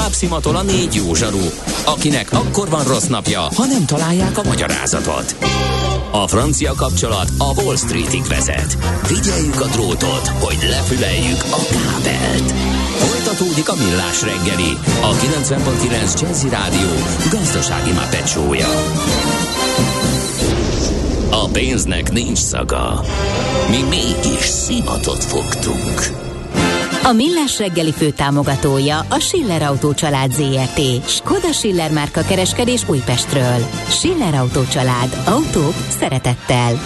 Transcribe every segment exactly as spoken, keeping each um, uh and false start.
tovább szimatol a négy jó zsaru, akinek akkor van rossz napja, ha nem találják a magyarázatot. A francia kapcsolat a Wall Streetig vezet. Figyeljük a drótot, hogy lefüleljük a kábelt. Folytatódik a Millás reggeli, a kilencven pont kilenc Jazzy Rádió gazdasági Muppet show-ja. A pénznek nincs szaga. Mi mégis szimatot fogtunk. A Millás reggeli főtámogatója a Schiller Autó család zé er té. Skoda Schiller márka kereskedés Újpestről. Schiller Autó család. Autók szeretettel.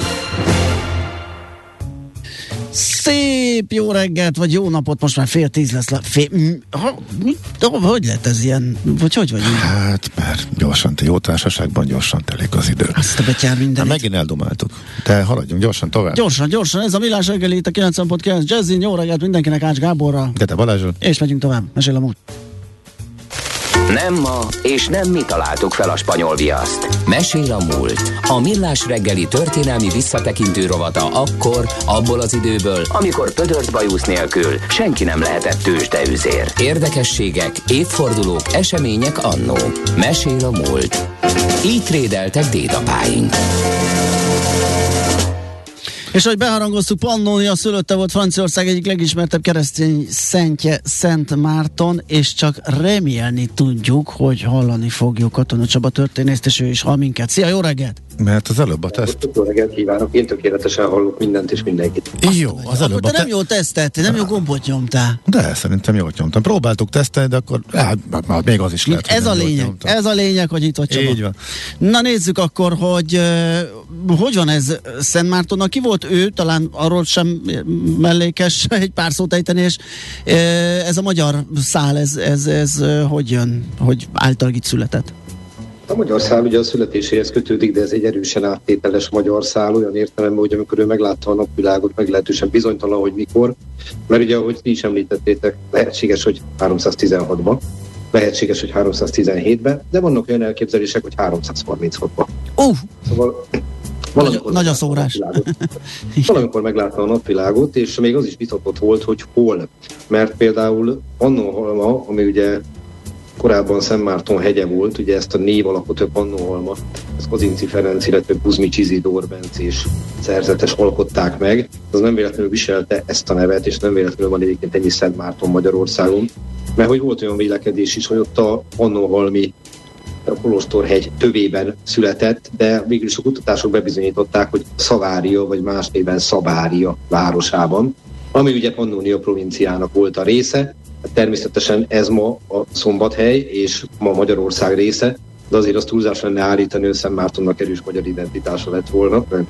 Szép jó reggelt, vagy jó napot, most már fél tíz lesz. Fél, ha, mi, hogy lett ez ilyen? Vagy hogy vagyunk? Hát, mert gyorsan, te jó társaságban gyorsan telik az idő. Azt a betyár mindenit. Hát megint eldomáltuk. De haladjunk gyorsan tovább. Gyorsan, gyorsan, ez a Millás reggeli itt a kilencven pont kilenc Jazzin. Jó reggelt mindenkinek, Ács Gáborral. Gede Balázsral. És megyünk tovább. Mesél a múlt. Nem ma, és nem mi találtuk fel a spanyol viaszt. Mesél a múlt. A Millás reggeli történelmi visszatekintő rovata akkor, abból az időből, amikor pödört bajusz nélkül senki nem lehetett tőzsdeüzér. Érdekességek, évfordulók, események annó. Mesél a múlt. Így trédeltek dédapáink. És hogy beharangoztuk, Pannónia szülötte volt Franciaország egyik legismertebb keresztény szentje, Szent Márton, és csak remélni tudjuk, hogy hallani fogjuk Katona Csaba történészt, és ő is hall minket. Szia, jó reggelt! Mert az előbb a teszt. Jó reggelt kívánok, én tökéletesen hallok mindent és mindenkit. Jó, az előbb Akkor a te nem jól teszteltél, nem jó gombot nyomtál. De szerintem jól nyomtam. Próbáltuk tesztelni, de akkor hát, még az is lehet, Ez a lényeg, ez a lényeg, hogy itt vagy Csaba. Így van. Na nézzük akkor, hogy uh, hogy van ez Szent Mártonnak? Ki volt ő? Talán arról sem mellékes egy pár szót ejteni, és uh, ez a magyar szál, ez, ez, ez uh, hogy jön? Hogy által itt született? A magyar szál ugye a születéséhez kötődik, de ez egy erősen áttételes magyar szál, olyan értelemben, hogy amikor ő meglátta a napvilágot, meglehetősen bizonytalan, hogy mikor, mert ugye, ahogy ti is említettétek, lehetséges, hogy háromszáztizenhatban, lehetséges, hogy háromszáztizenhétben, de vannak olyan elképzelések, hogy háromszázharminchatban. Uh, Szóval nagy, nagy a szórás. Valamikor meglátta a napvilágot, és még az is vitatott volt, hogy hol. Mert például Pannonhalma, ami ugye korábban Szent Márton hegye volt, ugye ezt a név alapot, a Pannonhalma, ezt Kazinczy Ferenc, illetve Kuzmics Izidor bencés szerzetes alkották meg. Az nem véletlenül viselte ezt a nevet, és nem véletlenül van egyébként ennyi Szent Márton Magyarországon. Mert hogy volt olyan vélekedés is, hogy ott a pannonhalmi a Kolostorhegy tövében született, de végül is a kutatások bebizonyították, hogy Szavária, vagy más néven Szabária városában, ami ugye Pannonia provinciának volt a része. Természetesen ez ma a Szombathely, és ma Magyarország része, de azért az túlzás lenne állítani, hogy Szent Mártonnak erős magyar identitása lett volna, mert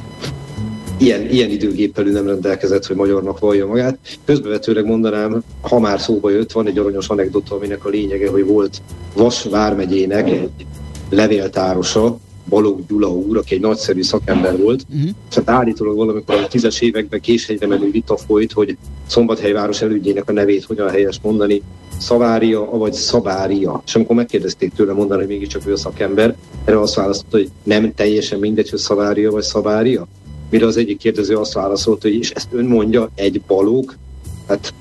ilyen, ilyen időgéppel ő nem rendelkezett, hogy magyarnak vallja magát. Közbevetőleg mondanám, ha már szóba jött, van egy aranyos anekdota, aminek a lényege, hogy volt Vas vármegyének egy levéltárosa, Balogh Gyula úr, aki egy nagyszerű szakember volt, uh-huh. és hát állítólag valamikor a tízes években késhegyre menő vita folyt, hogy Szombathely város elődjének a nevét hogyan helyes mondani, Szavária, vagy Szabária. És amikor megkérdezték tőle mondani, hogy mégiscsak ő a szakember, erre azt választotta, hogy nem teljesen mindegy, hogy Szavária vagy Szabária. Mire az egyik kérdező azt válaszolt, hogy és ezt ön mondja, egy Balogh? Hát...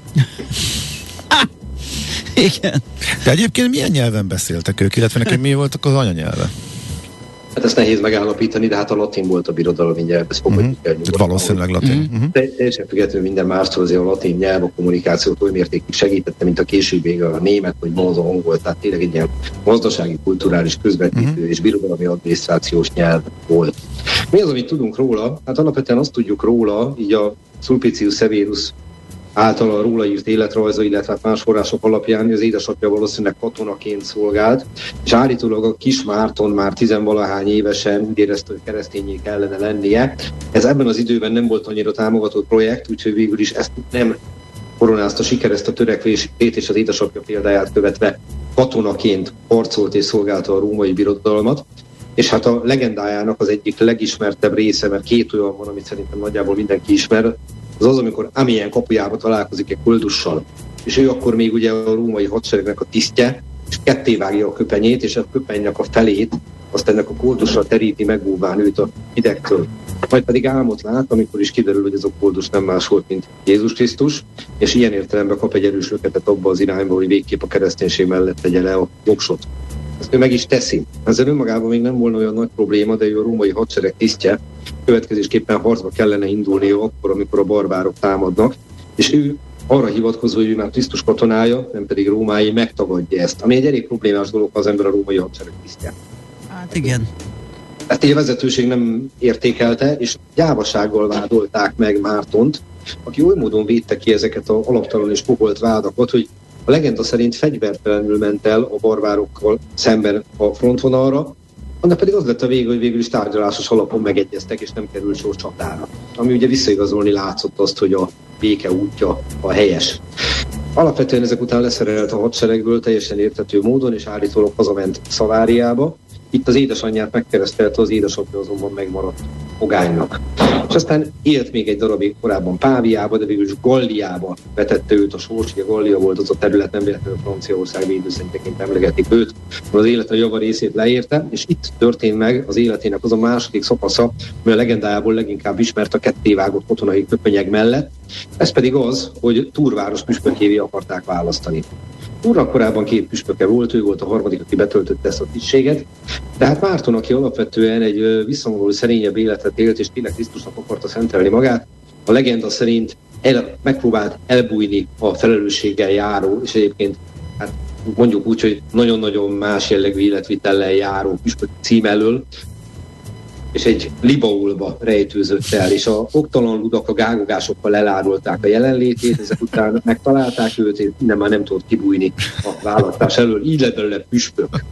Igen. De egyébként milyen nyelven beszéltek ők, illetve nekem mi voltak az anyanyelve? Hát ezt nehéz megállapítani, de hát a latin volt a birodalmi nyelv, ezt fogadjuk uh-huh. el. Tehát valószínűleg latin. Uh-huh. Uh-huh. De teljesen függetlenül minden mástól azért a latin nyelv a kommunikációt oly mértékig segítette, mint a későbbi a német vagy ma az a angol, tehát tényleg egy ilyen gazdasági, kulturális, közvetítő uh-huh. és birodalmi adminisztrációs nyelv volt. Mi az, amit tudunk róla? Hát alapvetően azt tudjuk róla, így a Sulpicius Severus által a róla írt életrajza, illetve más források alapján, hogy az édesapja valószínűleg katonaként szolgált, és állítólag a Kis Márton már tizenvalahány évesen úgy érezte, hogy keresztényé kellene lennie. Ez ebben az időben nem volt annyira támogatott projekt, úgyhogy végül is ezt nem koronázta siker, ezt a törekvését, és az édesapja példáját követve katonaként harcolt és szolgálta a római birodalmat. És hát a legendájának az egyik legismertebb része, mert két olyan van, amit szerintem nagyjából mindenki ismer, az az, amikor Amiens kapujába találkozik egy koldussal, és ő akkor még ugye a római hadseregnek a tisztje, és ketté vágja a köpenyét, és a köpenynek a felét, azt ennek a koldussal teríti, megóván őt a hidegtől. Majd pedig álmot lát, amikor is kiderül, hogy ez a koldus nem más volt, mint Jézus Krisztus, és ilyen értelemben kap egy erős löketet abba az irányba, hogy végképp a kereszténység mellett tegye le a voksot. Ezt ő meg is teszi. Ezzel önmagában még nem volna olyan nagy probléma, de ő a római hadsereg tisztje, következésképpen harcba kellene indulnia akkor, amikor a barbárok támadnak, és ő arra hivatkozva, hogy ő már Krisztus katonája, nem pedig rómái, megtagadja ezt, ami egy elég problémás dolog, ha az ember a római hadsereg tisztje. Hát igen. Ezt a vezetőség nem értékelte, és gyávasággal vádolták meg Mártont, aki oly módon védte ki ezeket az alaptalan és poholt vádakat, hogy a legenda szerint fegyvertelenül ment el a barbárokkal szemben a frontvonalra, annak pedig az lett a vége, hogy végül is tárgyalásos alapon megegyeztek, és nem került sor csatára. Ami ugye visszaigazolni látszott azt, hogy a béke útja a helyes. Alapvetően ezek után leszerelt a hadseregből teljesen érthető módon, és állítólag hazament Szaváriába. Itt az édesanyját megkeresztelte, az édesapja azonban megmaradt pogánynak. És aztán élt még egy darabig korábban Páviába, de végül is Galliába vetette őt a sors. Ugye Gallia volt az a terület, nem véletlenül Franciaország védőszentjeként emlegetik őt, az élete java részét leérte, és itt történt meg az életének az a második szakasza, mely a legendájából leginkább ismert a kettévágott katonai köpenyeg mellett. Ez pedig az, hogy Túr város püspökévé akarták választani. Túrnak korábban két püspöke volt, ő volt a harmadik, aki betöltötte ezt a tisztséget. Tehát Márton, aki alapvetően egy visszamogoló szerényebb életet élt, és tényleg Krisztusnak akarta szentelni magát, a legenda szerint el, megpróbált elbújni a felelősséggel járó, és egyébként hát mondjuk úgy, hogy nagyon-nagyon más jellegű életvitellel járó püspök cím elől, és egy libaulba rejtőzött el, és a oktalan ludak a gágogásokkal elárulták a jelenlétét, ezek után megtalálták őt, és innen már nem tudott kibújni a választás elől, így lett belőle püspök.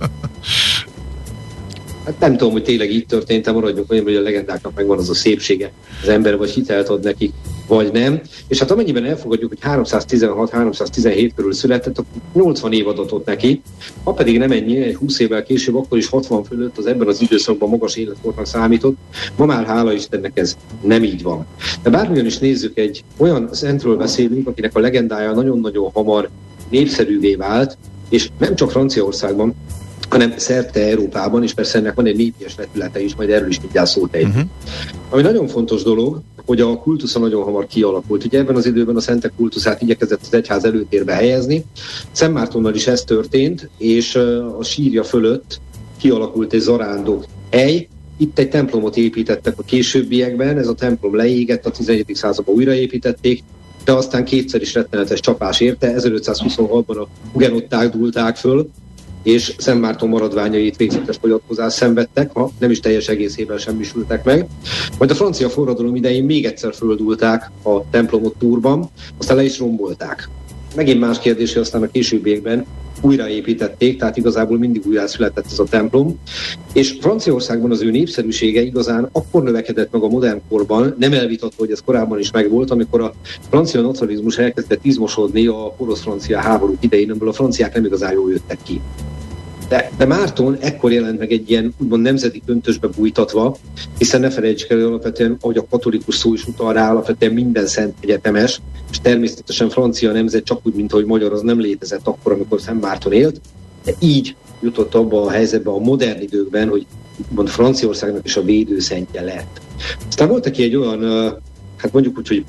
Hát nem tudom, hogy tényleg így történt, de maradjunk olyan, hogy a legendáknak megvan az a szépsége, az ember vagy hitelt ad nekik, vagy nem. És hát amennyiben elfogadjuk, hogy háromszáztizenhat-háromszáztizenhét körül született, akkor nyolcvan év adatott neki, ha pedig nem ennyi, egy húsz évvel később, akkor is hatvan fölött az ebben az időszakban magas életkornak számított. Ma már hála Istennek ez nem így van. De bármilyen is nézzük, egy olyan szentről beszélünk, akinek a legendája nagyon-nagyon hamar népszerűvé vált, és nem csak Franciaországban, hanem szerte Európában, és persze ennek van egy népies vetülete is, majd erről is mindjárt szót ejtünk. Uh-huh. Ami nagyon fontos dolog, hogy a kultusza nagyon hamar kialakult. Ugye ebben az időben a szentek kultuszát igyekezett az egyház előtérbe helyezni. Szent Mártonnal is ez történt, és a sírja fölött kialakult egy zarándok hely. Itt egy templomot építettek a későbbiekben, ez a templom leégett, a tizenegyedik században újraépítették, de aztán kétszer is rettenetes csapás érte, ezerötszázhuszonhatban a hugenották dúlták föl, és Szent Márton maradványait végzetes fogyatkozást szenvedtek, ha nem is teljes egészében semmisültek meg. Majd a francia forradalom idején még egyszer földúlták a templomot Túrban, aztán le is rombolták. Megint más kérdés, hogy aztán a későbbiekben újraépítették, tehát igazából mindig újra született ez a templom. És Franciaországban az ő népszerűsége igazán akkor növekedett meg a modern korban, nem elvitatva, hogy ez korábban is megvolt, amikor a francia nacionalizmus elkezdett izmosodni a porosz-francia háború idején, amiből a franciák nem igazán jól jöttek ki. De, de Márton ekkor jelent meg egy ilyen úgymond nemzeti köntösbe bújtatva, hiszen ne felejtsük el, alapvetően, ahogy a katolikus szó is utal rá, alapvetően minden szent egyetemes, és természetesen francia nemzet csak úgy, mint ahogy magyar, az nem létezett akkor, amikor Szent Márton élt, de így jutott abba a helyzetbe a modern időkben, hogy úgymond Franciaországnak is a védőszentje lett. Aztán volt neki egy olyan, hát mondjuk úgy, hogy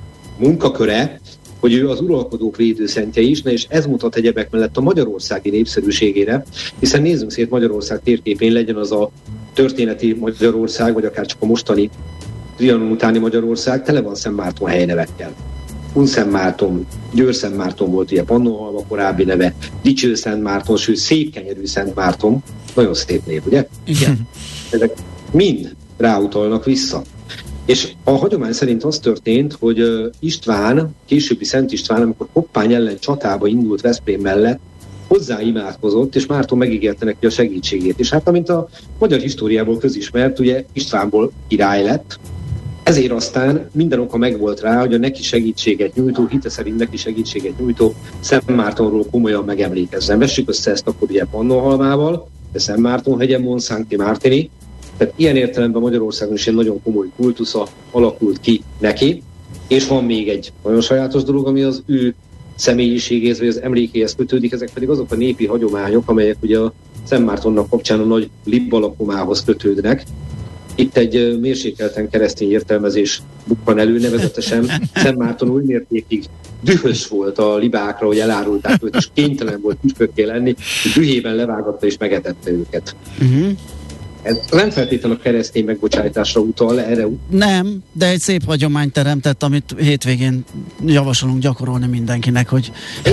munkaköre, hogy ő az uralkodók védőszentje is, és ez mutat egyebek mellett a magyarországi népszerűségére, hiszen nézzünk szét Magyarország térképén, legyen az a történeti Magyarország, vagy akár csak a mostani Trianon utáni Magyarország, tele van Szent Márton helynevekkel. Hunszent Márton, Győr-Szent Márton volt ugye Pannonhalma korábbi neve, Dicső-Szent Márton, sőt Székkenyerű Szent Márton, nagyon szép név, ugye? Igen. Ezek mind ráutalnak vissza. És a hagyomány szerint az történt, hogy István, későbbi Szent István, amikor Koppány ellen csatába indult Veszprém mellett, hozzá imádkozott, és Márton megígérte neki a segítségét. És hát amint a magyar históriából közismert, ugye Istvánból király lett, ezért aztán minden oka megvolt rá, hogy a neki segítséget nyújtó, hite szerint neki segítséget nyújtó Szent Mártonról komolyan megemlékezzen. Vessük össze ezt akkor ugye Pannonhalmával, de Szent Mártonhegyen Mons Sancti Martini. Tehát ilyen értelemben Magyarországon is egy nagyon komoly kultusza alakult ki neki, és van még egy nagyon sajátos dolog, ami az ő személyiségéhez, vagy az emlékéhez kötődik, ezek pedig azok a népi hagyományok, amelyek ugye a Szent Mártonnak kapcsán a nagy libbalakomához kötődnek. itt egy mérsékelten keresztény értelmezés bukkan elő, nevezetesen Szent Márton új mértékig dühös volt a libákra, hogy elárulták őt, és kénytelen volt püspökké lenni, hogy dühében levágatta és megetette őket. Uh-huh. Ez nem feltétlenül a keresztény megbocsájtásra utal, erre utal. Nem, de egy szép hagyományt teremtett, amit hétvégén javasolunk gyakorolni mindenkinek, hogy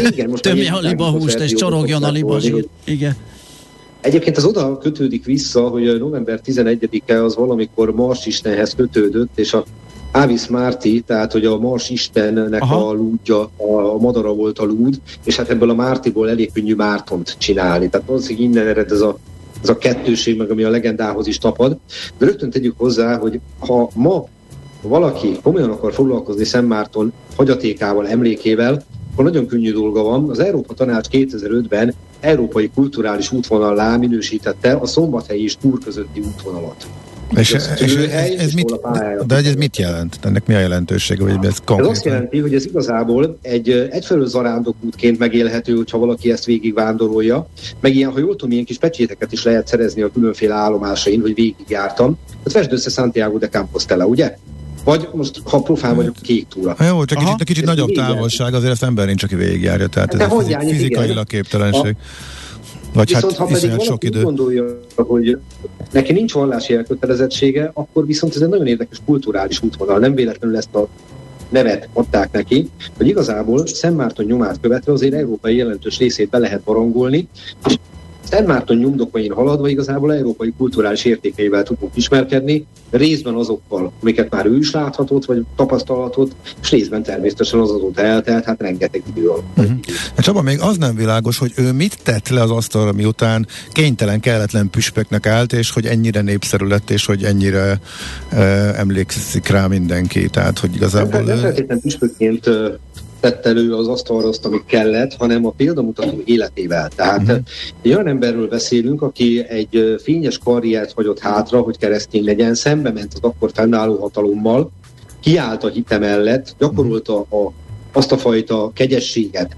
tömje a libahúst és csorogjon a libazsír. Igen. Egyébként az oda kötődik vissza, hogy november tizenegyedike az valamikor Mars istenhez kötődött, és a Avis Marti, tehát hogy a Mars istennek Aha. a lúdja, a madara volt a lúd, és hát ebből a Mártiból elég könnyű Mártont csinálni. Tehát valószínűleg innen ered ez a, ez a kettőség, meg ami a legendához is tapad. De rögtön tegyük hozzá, hogy ha ma valaki komolyan akar foglalkozni Szent Márton hagyatékával, emlékével, akkor nagyon könnyű dolga van. Az Európa Tanács kétezer-ötben európai kulturális útvonallá minősítette a Szombathelyi és Túr közötti útvonalat. És, ez, és ez, ez mit, de ez mit jelent? Ennek mi a jelentősége? Vagy ez, ez azt jelenti, hogy ez igazából egy egyfelől zarándokútként megélhető, hogyha valaki ezt végig vándorolja, meg ilyen, ha jól tudom, ilyen kis pecséteket is lehet szerezni a különféle állomásain, hogy végigjártam. Hát vesd össze Santiago de Compostela, ugye? Vagy most, ha profán vagyok, kék túra. Ha jó, csak Aha. kicsit, kicsit nagyobb távolság, azért ezt ember nincs, aki végigjárja, tehát ez fizik, fizikailag képtelenség. Vagy viszont hát ha pedig valaki úgy gondolja, hogy neki nincs vallási elkötelezettsége, akkor viszont ez egy nagyon érdekes kulturális útvonal. Nem véletlenül ezt a nevet adták neki, hogy igazából Szent Márton nyomát követve azért európai jelentős részét be lehet barangolni, és Szent Márton nyomdokain haladva igazából európai kulturális értékeivel tudunk ismerkedni, részben azokkal, amiket már ő is láthatott, vagy tapasztalhatott, és részben természetesen az azóta eltelt, hát rengeteg idő alatt. Uh-huh. Csaba, még az nem világos, hogy ő mit tett le az asztalra, miután kénytelen, kelletlen püspöknek állt, és hogy ennyire népszerű lett, és hogy ennyire uh, emlékszik rá mindenki. Tehát, hogy igazából... Nem feltétlenül püspökként uh, tett elő az asztalra azt, amit kellett, hanem a példamutató életével. Tehát uh-huh. egy olyan emberről beszélünk, aki egy fényes karriert hagyott hátra, hogy keresztény legyen, szembe ment az akkor fennálló hatalommal, kiállt a hite mellett, gyakorolta a, azt a fajta kegyességet,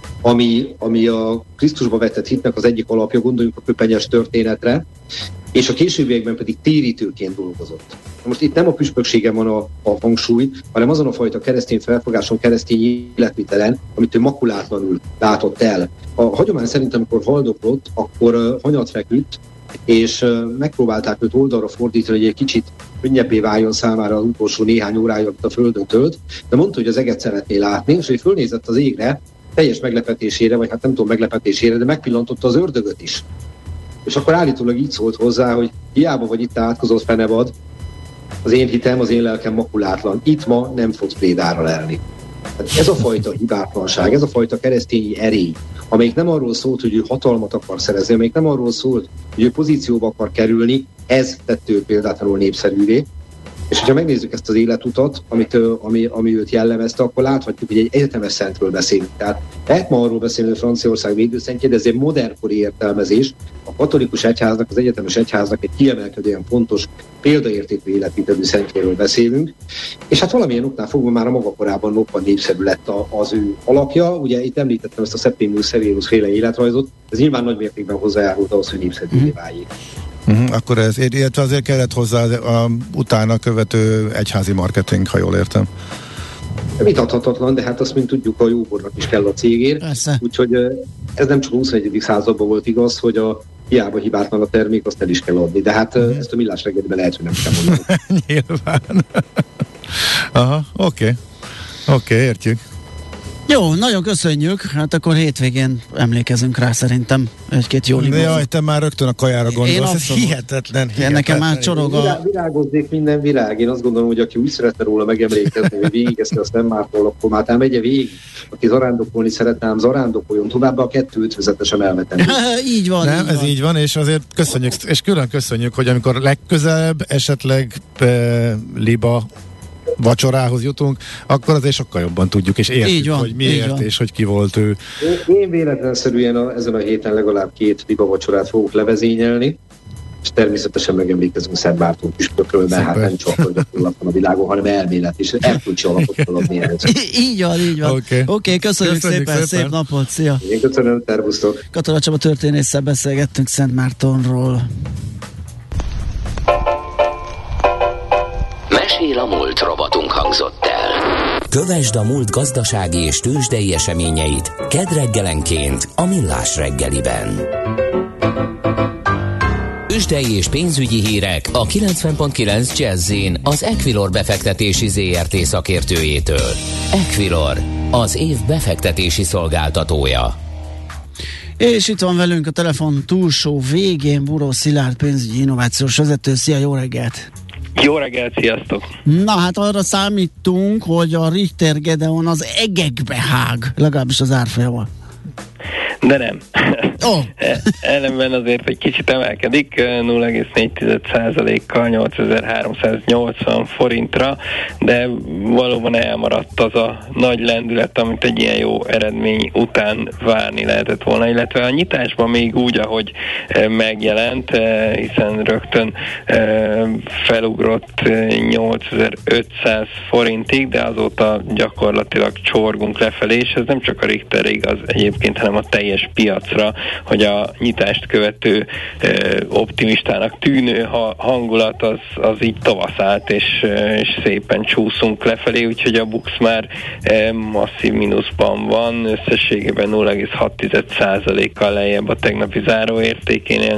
ami, ami a Krisztusba vetett hitnek az egyik alapja, gondoljunk a köpenyes történetre, és a későbbiekben pedig térítőként dolgozott. Most itt nem a püspökségen van a, a hangsúly, hanem azon a fajta keresztény felfogáson, keresztény életvitelen, amit ő makulátlanul látott el. A hagyomány szerint, amikor haldoklott, akkor uh, hanyat feküdt, és uh, megpróbálták őt oldalra fordítani, hogy egy kicsit könnyebbé váljon számára az utolsó néhány órája, amit a földön tölt, de mondta, hogy az eget szeretné látni, és hogy fölnézett az égre, teljes meglepetésére, vagy hát nem tudom meglepetésére, de megpillantotta az ördögöt is. És akkor állítólag így szólt hozzá, hogy hiába vagy itt átkozott fenevad, az én hitem, az én lelkem makulátlan. Itt ma nem fogsz prédára lelni. Hát ez a fajta hibátlanság, ez a fajta keresztényi erély, amelyik nem arról szólt, hogy ő hatalmat akar szerezni, amelyik nem arról szólt, hogy ő pozícióba akar kerülni, ez tett ő példátlanul népszerűvé. És hogyha megnézzük ezt az életutat, amit, ami, ami őt jellemezte, akkor láthatjuk, hogy egy egyetemes szentről beszélünk. Tehát lehet ma arról beszélni, hogy Franciaország védőszentje, de ez egy modernkori értelmezés. A katolikus egyháznak, az egyetemes egyháznak egy kiemelkedően fontos, példaértékű életvitelű szentjéről beszélünk. És hát valamilyen oknál fogva már a maga korában roppant népszerű lett a, az ő alapja. Ugye itt említettem ezt a Septimius Severus féle életrajzot, ez nyilván nagy mértékben hozzájárult ahhoz, hogy népszerűvé váljék. Uh-huh, akkor ez, illetve azért kellett hozzá a, a utána követő egyházi marketing, ha jól értem. Vitathatatlan, de hát azt, mint tudjuk, a jóbornak is kell a cégér. Persze. Úgyhogy ez nem csak a huszonegyedik században volt igaz, hogy a hiába hibátlan a termék, azt el is kell adni. De hát uh-huh. ezt a Millás reggeliben lehet, hogy nem kell mondani. Nyilván. Aha, oké. Okay. Oké, okay, értjük. Jó, nagyon köszönjük. Hát akkor hétvégén emlékezünk rá szerintem egy-két jó libót. Jaj, te már rögtön a kajára gondolsz. Ez hihetetlen, hihetetlen. Nekem már csorog a... Virá, virágozzék minden virág. Én azt gondolom, hogy aki úgy szeretne róla megemlékezni, hogy végigeszti a Szent Márton, akkor már tám megye végig. Aki zarándokolni szeretne, ám zarándokoljon továbbá, a kettő ötvezetesen elvetem. Így van. Nem, így ez van. így van, és azért köszönjük, és külön köszönjük, hogy amikor legközelebb esetleg e, liba vacsorához jutunk, akkor azért sokkal jobban tudjuk, és értjük, van, hogy miért, és hogy ki volt ő. Én, én véletlenszerűen a, ezen a héten legalább két liba vacsorát fogok levezényelni, és természetesen megemlékezünk Szent Márton püspökről, mert hát nem csak hogy van a világon, hanem elmélet, és erkölcsi alapot feladni ehhez. Így van, így van. Oké, okay. okay, köszönjük, köszönjük szépen, szépen, szép napot, szia! Én köszönöm, tervusztok! Katona Csaba történésszel beszélgettünk Szent Mártonról. Mesél a múlt robotunk hangzott el. Kövesd a múlt gazdasági és tőzsdei eseményeit kedd reggelenként a Millás reggeliben. Tőzsdei és pénzügyi hírek a kilencven pont kilenc Jazz-in az Equilor befektetési zé er té szakértőjétől. Equilor, az év befektetési szolgáltatója. És itt van velünk a telefon túlsó végén Buró Szilárd, pénzügyi innovációs vezető. Szia, jó reggelt! Jó reggelt, sziasztok! Na hát arra számítunk, hogy a Richter Gedeon az egekbe hág, legalábbis az árfolyama. De nem. Oh. Ellenben azért egy kicsit emelkedik, nulla egész négy százalékkal nyolcezer-háromszáznyolcvan forintra, de valóban elmaradt az a nagy lendület, amit egy ilyen jó eredmény után várni lehetett volna, illetve a nyitásban még úgy, ahogy megjelent, hiszen rögtön felugrott nyolcezer-ötszáz forintig, de azóta gyakorlatilag csorgunk lefelé, és ez nem csak a Richterre igaz egyébként, hanem a teljes piacra, hogy a nyitást követő ö, optimistának tűnő ha, hangulat az, az így tavaszállt, és, ö, és szépen csúszunk lefelé, úgyhogy a Bux már ö, masszív mínuszban van, összességében nulla egész hat százalékkal lejjebb a tegnapi záróértékénél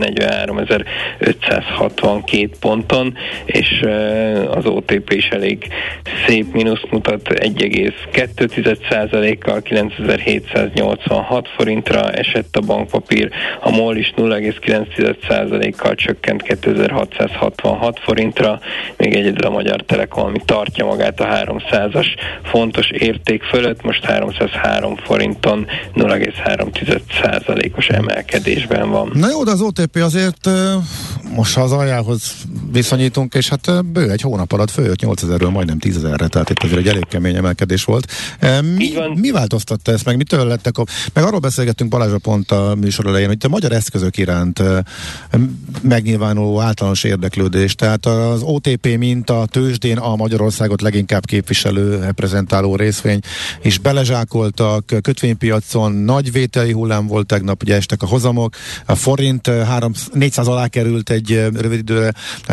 negyvenháromezer-ötszázhatvankét ponton, és ö, az o té pé is elég szép mínuszt mutat, egy egész kettő százalékkal kilencezer-hétszáznyolcvanhat forintra esett a bankpapír, a MOL is nulla egész kilenc százalékkal csökkent kétezer-hatszázhatvanhat forintra, még egyedül a Magyar Telekom, ami tartja magát a háromszázas fontos érték fölött, most háromszázhárom forinton nulla egész három százalékos emelkedésben van. Na jó, de az o té pé azért most az aljához viszonyítunk, és hát bő egy hónap alatt följött nyolcezerről majdnem tízezerre, tehát itt azért egy elég kemény emelkedés volt. Mi, mi változtatta ezt meg? Mitől lettek a... Meg arról beszélgettünk Balázsra pont a műsor elején, hogy a magyar eszközök iránt megnyilvánuló általános érdeklődés, tehát az o té pé mint a tőzsdén a Magyarországot leginkább képviselő, reprezentáló részvény is belezsákoltak, kötvénypiacon nagy vételi hullám volt tegnap, ugye estek a hozamok, a forint négyszáz alá került egy rövid időre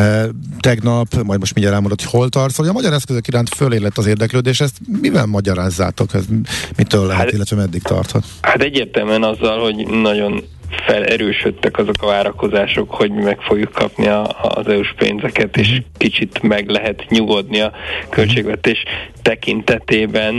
tegnap, majd most mindjárt elmondod, hogy hol tart, szóval a magyar eszközök iránt fölé lett az érdeklődés, ezt mivel magyarázzátok, ez mitől lehet, hát, illetve meddig tarthat? Hát egyértelműen azzal, hogy nagyon felerősödtek azok a várakozások, hogy meg fogjuk kapni a, az é u-s pénzeket, és kicsit meg lehet nyugodni a költségvetés tekintetében,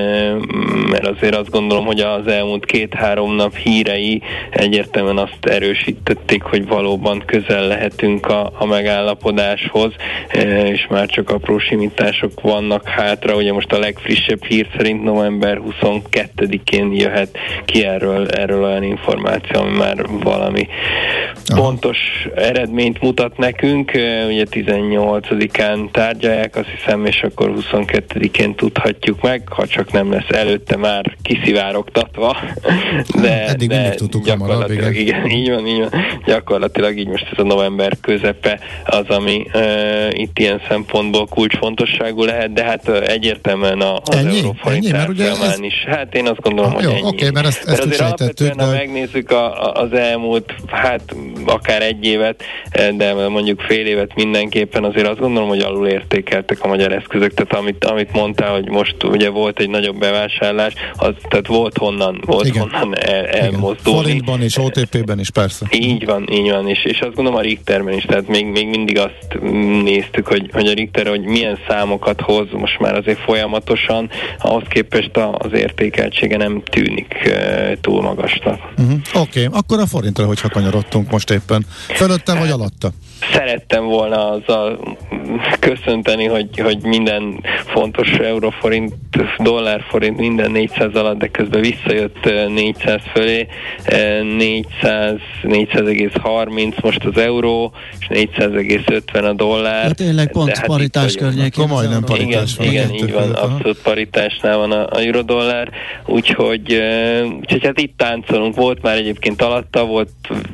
mert azért azt gondolom, hogy az elmúlt két-három nap hírei egyértelműen azt erősítették, hogy valóban közel lehetünk a, a megállapodáshoz, és már csak apró simítások vannak hátra. Ugye most a legfrissebb hír szerint november huszonkettedikén jöhet ki erről, erről olyan információ, ami már valami Aha. pontos eredményt mutat nekünk. Ugye tizennyolcadikán tárgyalják, azt hiszem, és akkor huszonkettedikén tudhatjuk meg, ha csak nem lesz előtte már kiszivárogtatva. De, Eddig de mindig tudtuk gyakorlatilag hamarabb, igen. igen, így van, így van. Gyakorlatilag így most ez a november közepe az, ami uh, itt ilyen szempontból kulcsfontosságú lehet, de hát uh, egyértelműen a, az euróforint árfolyamán is. Hát én azt gondolom, ah, hogy jó, ennyi. Okay, mert ezt, ezt mert azért alapvetően, de... ha megnézzük a, az elmúlt, hát akár egy évet, de mondjuk fél évet mindenképpen, azért azt gondolom, hogy alul értékeltek a magyar eszközök, tehát amit, amit mondtál, hogy most ugye volt egy nagyobb bevásárlás, az, tehát volt honnan, volt Igen. honnan el, elmozdulni. Forintban és o té pében is, persze. Így van, így van, és, és azt gondolom a Richterben is, tehát még, még mindig azt néztük, hogy, hogy a Richter, hogy milyen számokat hoz, most már azért folyamatosan, ahhoz képest az értékeltsége nem tűnik uh, túl magasnak. Uh-huh. Oké, okay. Akkor a forintra, hogyha kanyarodtunk most éppen. Fölötte vagy alatta? Szerettem volna azzal köszönteni, hogy, hogy minden fontos euróforint, dollárforint minden négyszáz alatt, de közben visszajött négyszáz fölé, négyszáz, négyszáz egész harminc most az euró, és négyszáz egész ötven a dollár. Hát tényleg pont hát paritás környékén. Majdnem paritás van. Igen, igen, így van, abszolút paritásnál van a, a eurodollár, úgyhogy, úgyhogy hát itt táncolunk, volt már egyébként alatta, volt, tehát lehet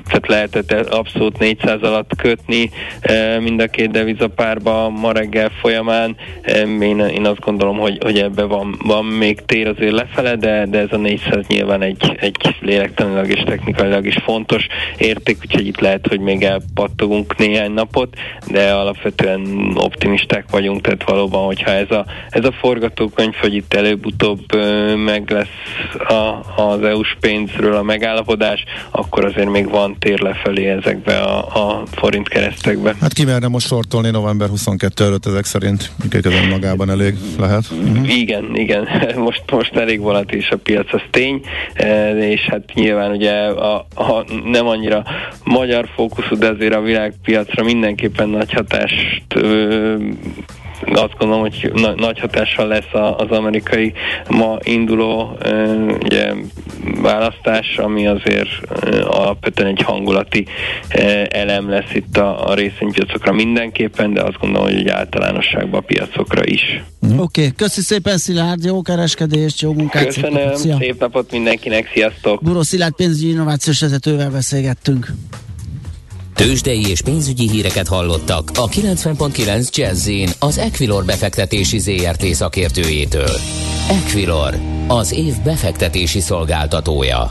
lehetett abszolút négyszáz alatt kötni mind a két devizapárba ma reggel folyamán. Én, én azt gondolom, hogy, hogy ebben van, van még tér azért lefele, de, de ez a négyszáz nyilván egy, egy lélektanilag és technikailag is fontos érték, úgyhogy itt lehet, hogy még elpattogunk néhány napot, de alapvetően optimisták vagyunk, tehát valóban, hogyha ez a, ez a forgatókönyv, hogy itt előbb-utóbb meg lesz a, az é u-s pénzről a megállapodás, akkor azért még van tér lefelé ezekbe a, a forint keresztekbe. Hát ki merne most sortolni november huszonkettő előtt ezek szerint? Miközben magában elég lehet. Uh-huh. Igen, igen. Most, most elég volatilis a piac, az tény, és hát nyilván ugye a, a nem annyira magyar fókuszú, de azért a világpiacra mindenképpen nagy hatást ö, azt gondolom, hogy na, nagy hatással lesz a, az amerikai ma induló e, ugye, választás, ami azért e, alapvetően egy hangulati e, elem lesz itt a, a részvénypiacokra mindenképpen, de azt gondolom, hogy általánosságban a piacokra is. Mm. Oké, okay. Köszi szépen Szilárd, jó kereskedést, jó munkát! Köszönöm, szép napot, szép napot mindenkinek, sziasztok! Búró Szilárd pénzügyi innovációs vezetővel beszélgettünk. Tőzsdei és pénzügyi híreket hallottak a kilencven pont kilenc Jazz-in az Equilor befektetési zé er té szakértőjétől. Equilor, az év befektetési szolgáltatója.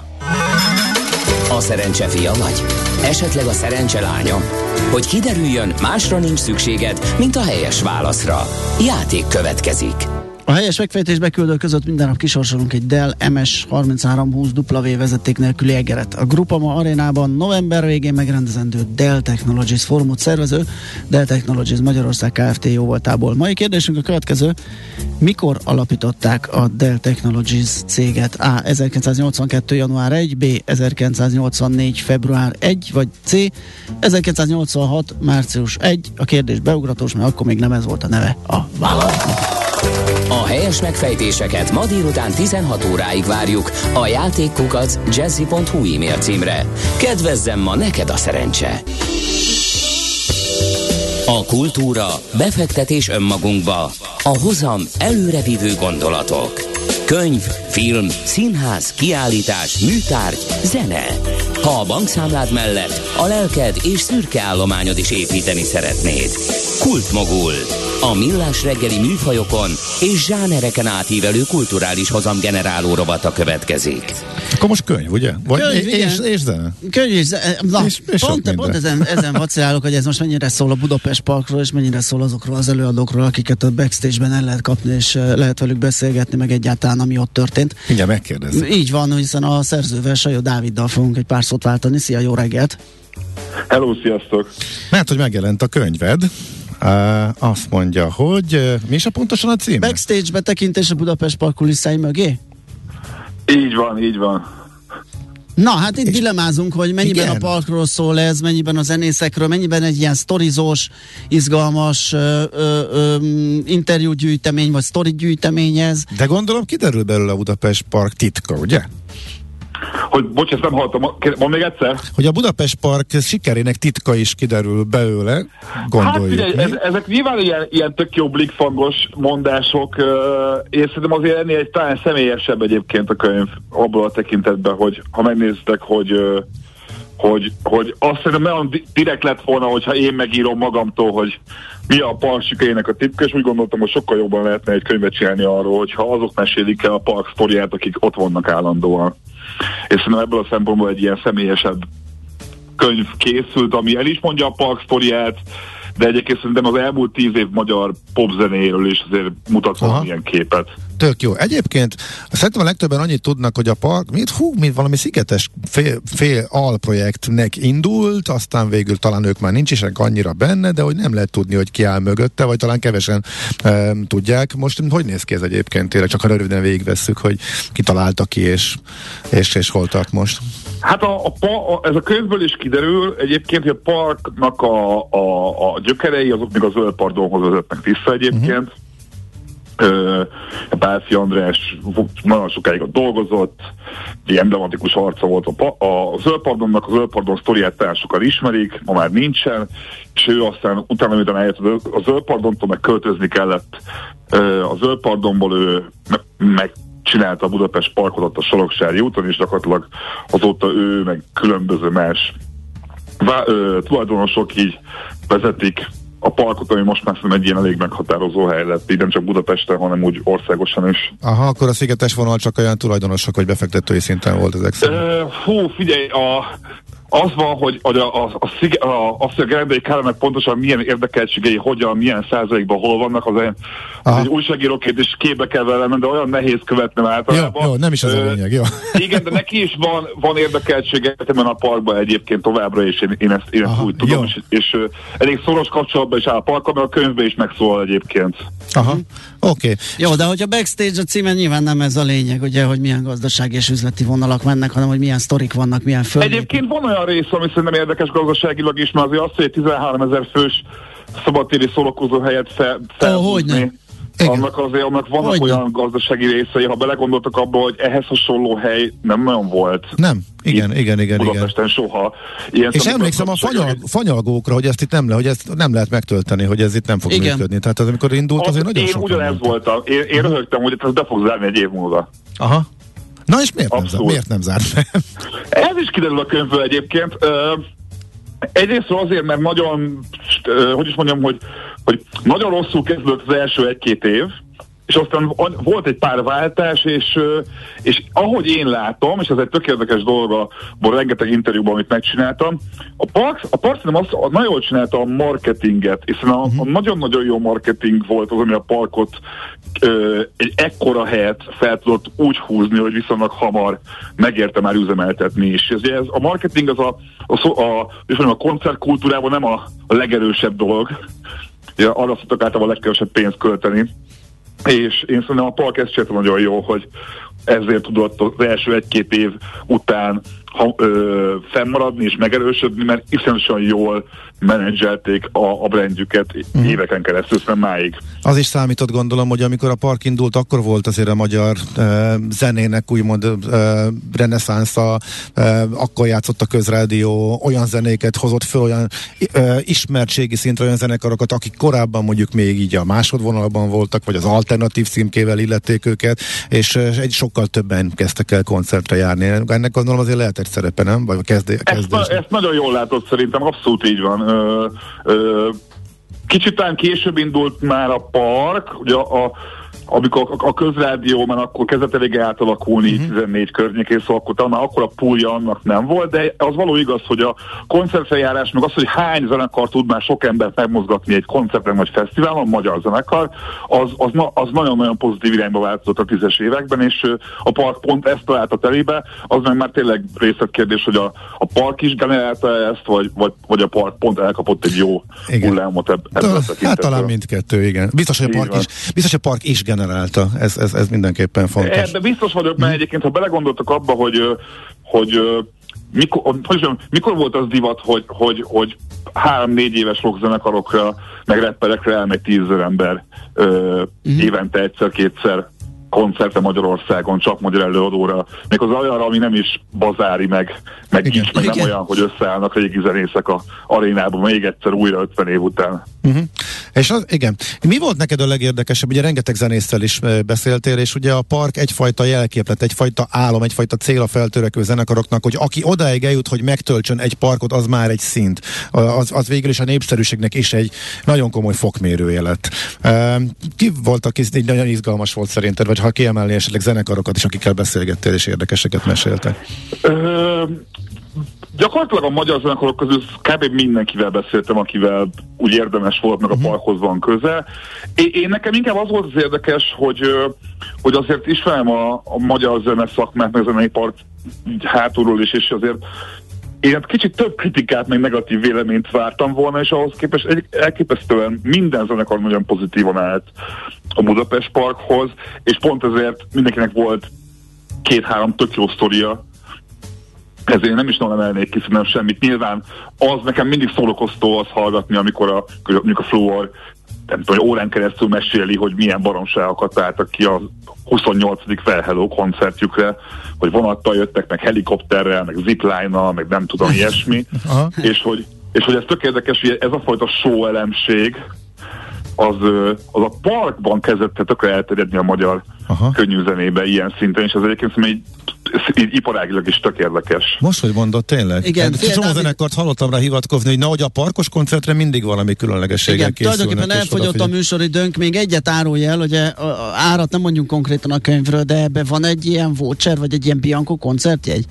A szerencse fia vagy? Esetleg a szerencse lánya? Hogy kiderüljön, másra nincs szükséged, mint a helyes válaszra. Játék következik. A helyes megfejtés beküldő között minden nap kisorsolunk egy Dell em es harminchárom húsz dupla vé vezeték nélküli egeret. A Groupama arénában november végén megrendezendő Dell Technologies fórumot szervező Dell Technologies Magyarország Kft. Jóvoltából. Mai kérdésünk a következő: mikor alapították a Dell Technologies céget? A. ezerkilencszáznyolcvankettő. január elseje, B. ezerkilencszáznyolcvannégy. február elseje, vagy C. ezerkilencszáznyolcvanhat. március elsején. A kérdés beugratós, mert akkor még nem ez volt a neve a vállalatnak. A helyes megfejtéseket ma délután tizenhat óráig várjuk a játékkukac jazzy pont hu e-mail címre. Kedvezzem ma neked a szerencse! A kultúra, befektetés önmagunkba, a hozam előrevívő gondolatok. Könyv, film, színház, kiállítás, műtárgy, zene. Ha a bankszámlád mellett a lelked és szürke állományod is építeni szeretnéd. Kultmogul. A millás reggeli műfajokon és zsánereken átívelő kulturális hozamgeneráló rovata következik. Akkor most könyv, ugye? Vagy könyv, és, és zene? Könyv és zene. Na, és, és pont, pont ezen, ezen vacilálok, hogy ez most mennyire szól a Budapest Parkról, és mennyire szól azokról az előadókról, akiket a backstage-ben el lehet kapni, és lehet velük beszélgetni, meg egyáltalán, ami ott történt. Mindjárt megkérdezzük. Így van, hiszen a szerzővel, Sajó Dáviddal fogunk egy pár szót váltani. Szia, jó reggelt! Hello, sziasztok! Mert, hogy megjelent a könyved, Uh, azt mondja, hogy uh, mi is a pontosan a címe? Backstage betekintés a Budapest Park kulisszái mögé? Így van, így van. Na, hát itt dilemázunk, hogy mennyiben igen. a parkról szól ez, mennyiben a zenészekről, mennyiben egy ilyen sztorizós, izgalmas ö, ö, ö, interjúgyűjtemény, vagy sztorigyűjtemény ez. De gondolom kiderül belőle a Budapest Park titka, ugye? Hogy, bocs, ezt nem hallottam, mondd még egyszer. Hogy a Budapest Park sikerének titka is kiderül belőle, gondoljuk. Hát figyelj, ez, ezek nyilván ilyen, ilyen tök jó blikfangos mondások, uh, és szerintem azért ennél egy talán személyesebb egyébként a könyv abból a tekintetben, hogy ha megnéztek, hogy, uh, hogy, hogy azt szerintem nagyon direkt lett volna, hogyha én megírom magamtól, hogy mi a park sikerének a titka, és úgy gondoltam, hogy sokkal jobban lehetne egy könyvet csinálni arról, hogyha azok mesélik el a park sztoriát, akik ott vannak állandóan. És szerintem ebből a szempontból egy ilyen személyesebb könyv készült, ami el is mondja a park sztoriát, de egyébként szerintem az elmúlt tíz év magyar popzenéről is azért mutat ilyen képet. Tök jó. Egyébként szerintem a legtöbben annyit tudnak, hogy a park, mint hú, mint valami szigetes fél, fél alprojektnek indult, aztán végül talán ők már nincs is annyira benne, de hogy nem lehet tudni, hogy ki áll mögötte, vagy talán kevesen um, tudják. Most hogy néz ki ez egyébként? Tényleg csak ha röviden végigvesszük, hogy ki találta ki, és, és, és hol tart most. Hát a, a, a, ez a könyvből is kiderül egyébként, hogy a parknak a, a, a gyökerei, azok még a Zöld-Pardonhoz vezetnek vissza egyébként. Uh-huh. Pálffy András nagyon sokáig ott dolgozott, egy emblematikus arca volt a, a Zöld-Pardonnak, a Zöld-Pardon sztoriát talán sokan ismerik, ma már nincsen, és ő aztán utána, miután eljött a Zöld-Pardontól, meg költözni kellett a Zöld-Pardonból, ő meg csinálta a Budapest Parkot ott a Soroksári úton, és gyakorlatilag azóta ő, meg különböző más vá- ö, tulajdonosok így vezetik a parkot, ami most már szerintem egy ilyen elég meghatározó hely lett, így nem csak Budapesten, hanem úgy országosan is. Aha, akkor a szigetes vonal csak olyan tulajdonosok, vagy befektetői szinten volt ezek szerint. Uh, hú, figyelj, a, az van, hogy a, a, a, a, a, az, hogy a Gerendai Kállának pontosan milyen érdekeltségei, hogyan, milyen százalékban, hol vannak, az, az egy újságíróként is képbe kell velem, de olyan nehéz követnem általában. Jó, jó, nem is az uh, a lényeg, jó. Igen, de neki is van, van érdekeltsége ebben a parkban egyébként továbbra, és én, én ezt, én ezt úgy tudom, és, és uh, elég szoros kapcsolatban is áll a parkkal, mert a könyvben is megszólal egyébként. Aha, oké. Okay. Jó, de hogy a backstage a címen nyilván nem ez a lényeg, ugye, hogy milyen gazdasági és üzleti vonalak mennek, hanem hogy milyen sztorik vannak, milyen föl. Egyébként van olyan rész, ami szerintem érdekes gazdaságilag is, mert azért azt, hogy egy tizenháromezer fős szabadtéri szórakozó helyet fel, felhúzni, oh, annak azért annak vannak hogyne. Olyan gazdasági részei, ha belegondoltak abba, hogy ehhez hasonló hely nem nagyon volt. Nem, igen, itt igen, igen. Budapesten igen. soha. Ilyen és emlékszem a fanyal, fanyalgókra, hogy ezt itt nem, le, hogy ezt nem lehet megtölteni, hogy ez itt nem fog igen. működni. Tehát az, amikor indult, az, azért nagyon én sok. Én ugyanez voltam. Én, én röhögtem, hogy ez be fog zárni egy év múlva. Aha. Na és miért nem, zár, miért nem zárt be? Ez is kiderül a könyvből egyébként. Uh, egyrészt azért, mert nagyon, uh, hogy is mondjam, hogy, hogy nagyon rosszul kezdődött az első egy-két év, és aztán volt egy pár váltás, és, és ahogy én látom, és ez egy tök érdekes dolog, abban rengeteg interjúban, amit megcsináltam, a Park, a Park szerintem azt a, nagyon jól csinálta a marketinget, és a, a nagyon-nagyon jó marketing volt az, ami a Parkot ö, egy ekkora helyet fel tudott úgy húzni, hogy viszonylag hamar megérte már üzemeltetni is. Ez, ez, a marketing az a, a, a, a, a koncertkultúrában nem a, a legerősebb dolog, ja, arra szoktak általában a legkevesebb pénzt költeni, és én szerintem a Park ezt csinálta nagyon jó, hogy ezért tudott az első egy-két év után ha, ö, fennmaradni és megerősödni, mert iszonyatosan jól menedzselték a, a brandjüket uh-huh. éveken keresztül, nem máig. Az is számított, gondolom, hogy amikor a Park indult, akkor volt azért a magyar uh, zenének úgymond uh, reneszánsza, uh, akkor játszott a Közrádió, olyan zenéket hozott föl, olyan uh, ismertségi szintre olyan zenekarokat, akik korábban mondjuk még így a másodvonalban voltak, vagy az alternatív címkével illették őket, és uh, egy sokkal többen kezdtek el koncertre járni. Ennek gondolom azért lehet egy szerepe, nem? Vagy a kezdé- ezt, na, ezt nagyon jól látod szerintem, abszolút így van. Ö, ö, kicsit talán később indult már a Park, ugye a, a amikor a, a Közrádió már akkor kezdett elég átalakulni uh-huh. tizennégy környékén, szóval akkor talán már akkor a púlja annak nem volt, de az való igaz, hogy a koncertfeljárás, meg az, hogy hány zenekar tud már sok embert megmozgatni egy koncerten vagy fesztiválon, magyar zenekar, az, az, az nagyon-nagyon pozitív irányba változott a tízes években, és a Park pont ezt találta telébe, az meg már tényleg részletkérdés, hogy a, a Park is generálta ezt, vagy, vagy, vagy a Park pont elkapott egy jó hullámot ebb, ebből. Hát talán mindkettő, igen. Biztos, hogy a Park is, biztos, hogy a Park is generálta. Ez, ez, ez mindenképpen fontos. De biztos vagyok, mert egyébként, ha belegondoltak abba, hogy, hogy mikor, hogy mikor volt az divat, hogy, hogy, hogy három-négy éves rockzenekarokra, meg rapperekre elmegy tízezer ember ö, uh-huh. évente egyszer-kétszer koncertre Magyarországon, csak magyar előadóra, még az olyanra, ami nem is bazári, meg, meg nincs, meg nem olyan, hogy összeállnak régi zenészek a arénában még egyszer újra ötven év után. Uh-huh. És az, igen. Mi volt neked a legérdekesebb? Ugye rengeteg zenésszel is beszéltél, és ugye a Park egyfajta jelképlet, egyfajta álom, egyfajta cél a feltörekvő zenekaroknak, hogy aki odáig eljut, hogy megtöltsön egy parkot, az már egy szint. Az, az végül is a népszerűségnek is egy nagyon komoly fokmérője lett. Uh, ki volt, aki így nagyon izgalmas volt szerinted, vagy ha kiemelni esetleg zenekarokat is, akikkel beszélgettél és érdekeseket meséltek? Ö, gyakorlatilag a magyar zenekarok közül kb. Mindenkivel beszéltem, akivel úgy érdemes volt, meg a Parkhoz van köze. Én, én nekem inkább az volt az érdekes, hogy, hogy azért ismerem a, a magyar zeneszakmát, meg a zeneipart hátulról is, és azért én kicsit több kritikát, meg negatív véleményt vártam volna, és ahhoz képest egy, elképesztően minden zenekar nagyon pozitívan állt a Budapest Parkhoz, és pont ezért mindenkinek volt két-három tök jó sztoria, ezért nem is nagyon emelnék ki szerintem semmit. Nyilván az nekem mindig szórakoztó az hallgatni, amikor a, amikor a Fluor nem tudom, órán keresztül meséli, hogy milyen baromságokat álltak ki a huszonnyolcadik Felhello koncertjükre, hogy vonattal jöttek, meg helikopterrel, meg zipline-nal, meg nem tudom, ilyesmi. és, hogy, és hogy ez tök érdekes, hogy ez a fajta show elemség, az, az a Parkban kezdett tökre elterjedni a magyar Aha. könnyű zenébe ilyen szinten, és az egyébként szerintem így, így iparágilag is tök érdekes. Most, hogy mondod, tényleg? Igen, egy csomó Dávid... zenekart hallottam rá hivatkozni, hogy nehogy a parkos koncertre mindig valami különlegességgel készülnek. Tulajdonképpen elfogyott a műsoridőnk, még egyet árulj el, ugye a, a árat nem mondjunk konkrétan a könyvről, de ebbe van egy ilyen voucher, vagy egy ilyen Bianco koncertjegy?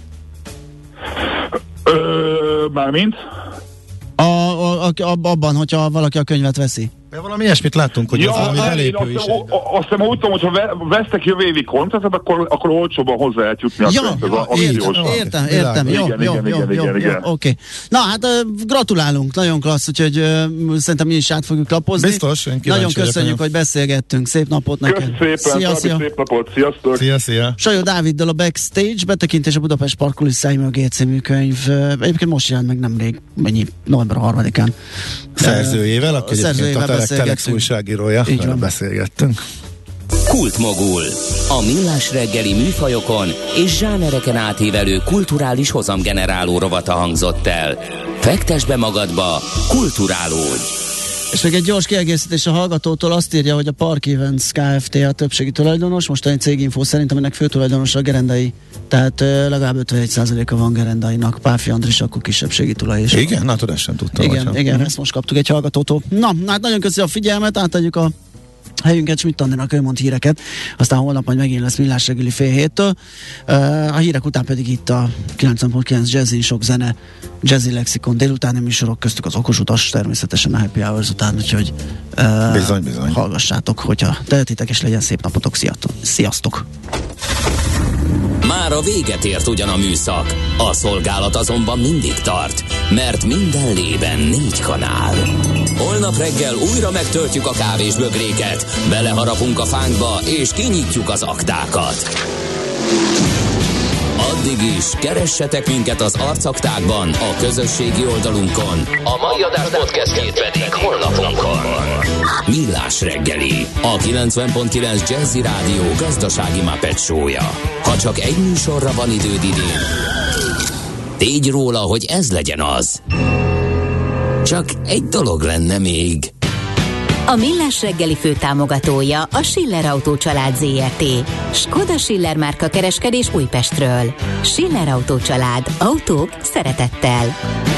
Ö, mármint? A, a, a, abban, hogyha valaki a könyvet veszi. De valami ilyesmit láttunk, hogy ja, az valami belépő is. Azt hiszem, úgy tudom, hogyha vesztek jövő évi koncertet, akkor, akkor olcsóban hozzá lehet jutni a ja, könyvhez. ja, A, értem, a értem, értem, jó, igen, jó, igen, jó, igen, jó, igen, jó, igen. oké. Okay. Na hát gratulálunk, nagyon klassz, úgyhogy uh, szerintem mi is át fogjuk lapozni. Biztos, én nagyon köszönjük, hogy beszélgettünk, szép napot neked. Köszönöm szépen, szia, szia. Szép napot, sziasztok! Szia, szia! Sajó Dáviddal a Backstage, betekintés a Budapest Parkkulisszái mögé című könyv. Egyébként most jelent meg nemrég, mennyi, november harmadikán. Szerzőjével, aki egyébként a Telex, Telex újságírója. Beszélgettünk. Kultmogul. A millás reggeli műfajokon és zsánereken átívelő kulturális hozamgeneráló rovata hangzott el. Fektesd be magadba, kulturálódj! És még egy gyors kiegészítés a hallgatótól, azt írja, hogy a Park Events Kft. A többségi tulajdonos, mostani céginfó szerint, aminek főtulajdonosa a Gerendai, tehát legalább ötvenegy százaléka van Gerendainak. Páfi Andris akkor kisebbségi tulaj is. Igen? Na, tudod, ezt sem tudtam. Igen, hogyha. igen, ezt most kaptuk egy hallgatótól. Na, hát nagyon köszönöm a figyelmet, átadjuk a helyünket, Schmidt Andinak, ő mond híreket, aztán holnap majd megint lesz millás reggeli fél héttől. A hírek után pedig itt a kilencven pont kilenc Jazzin sok zene, Jazzy Lexikon délutáni műsorok, köztük az Okos utas, természetesen a Happy Hours után, úgyhogy uh, bizony, bizony. hallgassátok, hogyha tehetitek, és legyen szép napotok, sziasztok! Már a véget ért ugyan a műszak, a szolgálat azonban mindig tart, mert minden lében négy kanál. Holnap reggel újra megtöltjük a kávés bögréket, beleharapunk a fánkba és kinyitjuk az aktákat. Addig is keressetek minket az arcaktákban, a közösségi oldalunkon. A mai adás podcastjét pedig honlapunkon. Millás reggeli, a kilencven pont kilenc Jazzy Rádió gazdasági Muppet show-ja. Ha csak egy műsorra van időd idén, tégy róla, hogy ez legyen az. Csak egy dolog lenne még. A Millás reggeli főtámogatója a Schiller Autó család zé er té. Skoda Schiller márka kereskedés Újpestről. Schiller Autó család. Autók szeretettel.